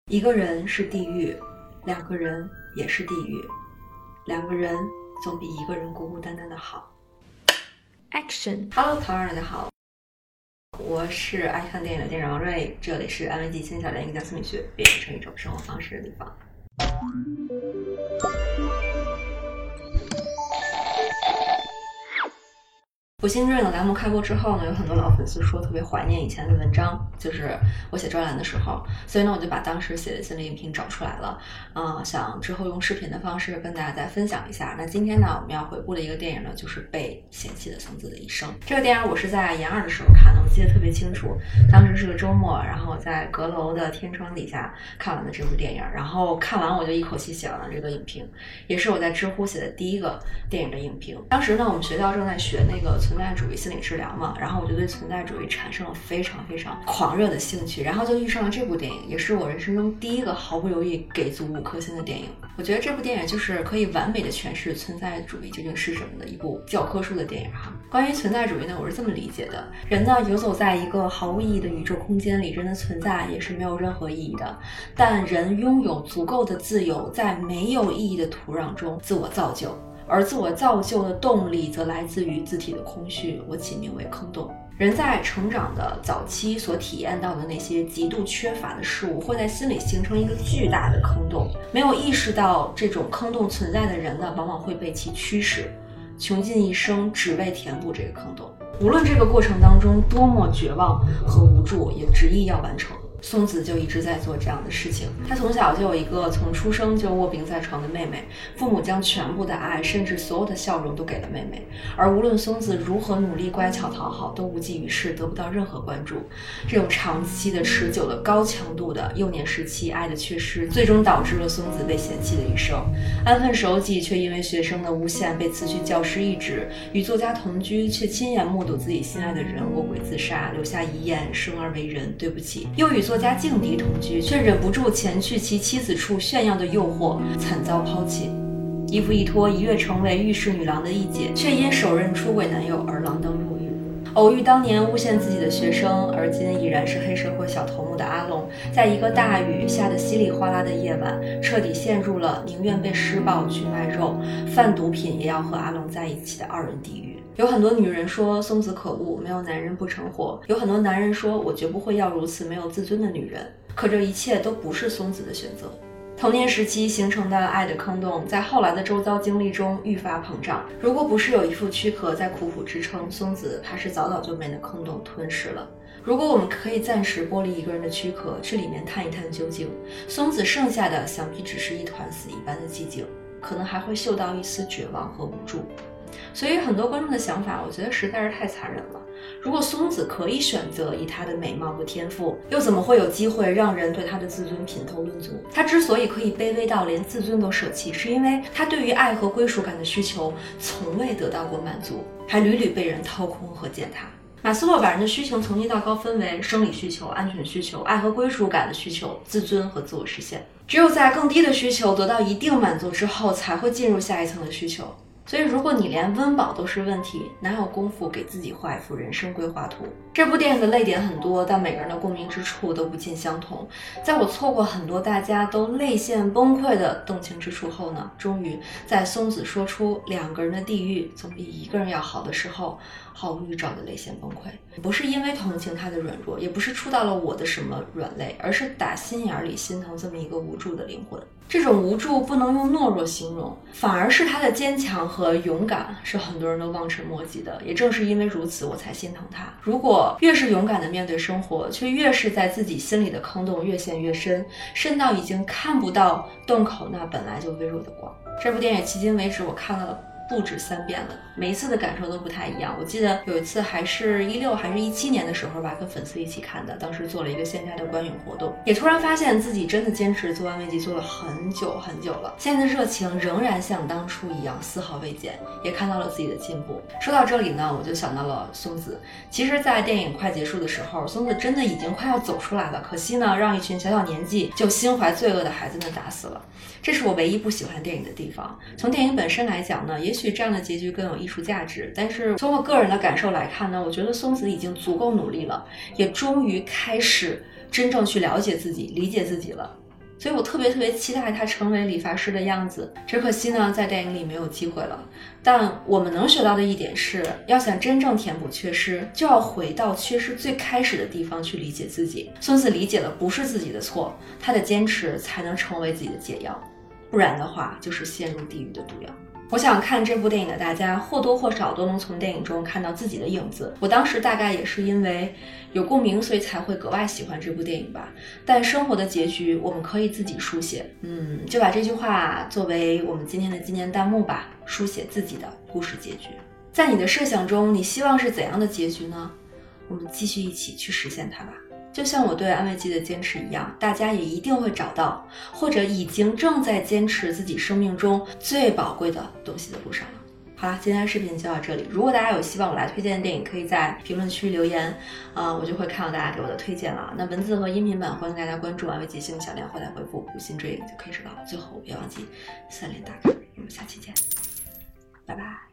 一个人是地狱，两个人也是地狱，两个人总比一个人孤孤单单的好。Action！Hello， 大家好，我是爱看电影的店长王瑞，这里是安慰剂轻小聊，一个讲心理学变成一种生活方式的地方。不幸这个栏目开播之后呢，有很多老粉丝说特别怀念以前的文章，就是我写专栏的时候，所以呢我就把当时写的心理影评找出来了，想之后用视频的方式跟大家再分享一下。那今天呢我们要回顾的一个电影呢，就是被嫌弃的松子的一生。这个电影我是在研二的时候看的，我记得特别清楚，当时是个周末，然后在阁楼的天窗底下看完的这部电影，然后看完我就一口气写完了这个影评，也是我在知乎写的第一个电影的影评。当时呢我们学校正在学那个存在主义心理治疗嘛，然后我就对存在主义产生了非常狂热的兴趣，然后就遇上了这部电影，也是我人生中第一个毫不犹豫给足5颗星的电影。我觉得这部电影就是可以完美的诠释存在主义究竟是什么的一部教科书的电影哈。关于存在主义呢，我是这么理解的：人呢游走在一个毫无意义的宇宙空间里，人的存在也是没有任何意义的，但人拥有足够的自由，在没有意义的土壤中自我造就。而自我造就的动力则来自于自体的空虚，我起名为坑洞。人在成长的早期所体验到的那些极度缺乏的事物，会在心里形成一个巨大的坑洞。没有意识到这种坑洞存在的人呢，往往会被其驱使，穷尽一生只为填补这个坑洞。无论这个过程当中多么绝望和无助，也执意要完成。松子就一直在做这样的事情。她从小就有一个从出生就卧病在床的妹妹，父母将全部的爱甚至所有的笑容都给了妹妹，而无论松子如何努力乖巧讨好，都无济于事，得不到任何关注。这种长期的持久的高强度的幼年时期爱的缺失，最终导致了松子被嫌弃的一生。安分守己却因为学生的诬陷被辞去教师一职，与作家同居却亲眼目睹自己心爱的人卧轨自杀，留下遗言：生而为人，对不起。又与作家劲敌同居，却忍不住前去其妻子处炫耀的诱惑，惨遭抛弃。衣服一脱，一跃成为御史女郎的一姐，却因手刃出轨男友而锒铛入狱。偶遇当年诬陷自己的学生，而今已然是黑社会小头目的阿龙，在一个大雨下得稀里哗啦的夜晚，彻底陷入了宁愿被施暴去卖肉、贩毒品也要和阿龙在一起的2人地狱。有很多女人说松子可恶，没有男人不成活；有很多男人说我绝不会要如此没有自尊的女人。可这一切都不是松子的选择。童年时期形成的爱的坑洞，在后来的周遭经历中愈发膨胀。如果不是有一副躯壳在苦苦支撑，松子怕是早早就被那坑洞吞噬了。如果我们可以暂时剥离一个人的躯壳，去里面探一探究竟，松子剩下的想必只是一团死一般的寂静，可能还会嗅到一丝绝望和无助。所以很多观众的想法，我觉得实在是太残忍了。如果松子可以选择以她的美貌和天赋，又怎么会有机会让人对她的自尊品头论足？她之所以可以卑微到连自尊都舍弃，是因为她对于爱和归属感的需求从未得到过满足，还屡屡被人掏空和践踏。马斯洛把人的需求层级道高分为生理需求、安全需求、爱和归属感的需求、自尊和自我实现。只有在更低的需求得到一定满足之后，才会进入下一层的需求。所以如果你连温饱都是问题，哪有功夫给自己画一幅人生规划图？这部电影的泪点很多，但每个人的共鸣之处都不尽相同。在我错过很多大家都泪腺崩溃的动情之处后呢，终于在松子说出2个人的地狱总比1个人要好的时候，毫无预兆的泪腺崩溃。不是因为同情他的软弱，也不是触到了我的什么软肋，而是打心眼里心疼这么一个无助的灵魂。这种无助不能用懦弱形容，反而是他的坚强和勇敢是很多人都望尘莫及的。也正是因为如此，我才心疼他。如果越是勇敢的面对生活，却越是在自己心里的坑洞越陷越深，深到已经看不到洞口那本来就微弱的光。这部电影迄今为止我看了不止3遍了，每一次的感受都不太一样。我记得有一次还是16还是17年的时候吧，跟粉丝一起看的，当时做了一个线下的观影活动，也突然发现自己真的坚持做安慰剂做了很久了，现在的热情仍然像当初一样丝毫未减，也看到了自己的进步。说到这里呢，我就想到了松子。其实在电影快结束的时候，松子真的已经快要走出来了，可惜呢让一群小年纪就心怀罪恶的孩子们打死了。这是我唯一不喜欢电影的地方。从电影本身来讲呢，也许这样的结局更有艺术价值，但是从我个人的感受来看呢，我觉得松子已经足够努力了，也终于开始真正去了解自己、理解自己了。 所以我特别期待他成为理发师的样子。只可惜呢，在电影里没有机会了。但我们能学到的一点是，要想真正填补缺失，就要回到缺失最开始的地方去理解自己。孙子理解了不是自己的错，他的坚持才能成为自己的解药，不然的话就是陷入地狱的毒药。我想看这部电影的大家或多或少都能从电影中看到自己的影子。我当时大概也是因为有共鸣，所以才会格外喜欢这部电影吧。但生活的结局我们可以自己书写，就把这句话作为我们今天的纪念弹幕吧，书写自己的故事结局。在你的设想中，你希望是怎样的结局呢？我们继续一起去实现它吧。就像我对安慰剂的坚持一样，大家也一定会找到，或者已经正在坚持自己生命中最宝贵的东西的路上了。好了，今天的视频就到这里。如果大家有希望我来推荐的电影，可以在评论区留言，我就会看到大家给我的推荐了。那文字和音频版欢迎大家关注安慰剂幸运小亮，后台回复“五星追影”就可以收到。最后别忘记3连打卡，我们下期见，拜拜。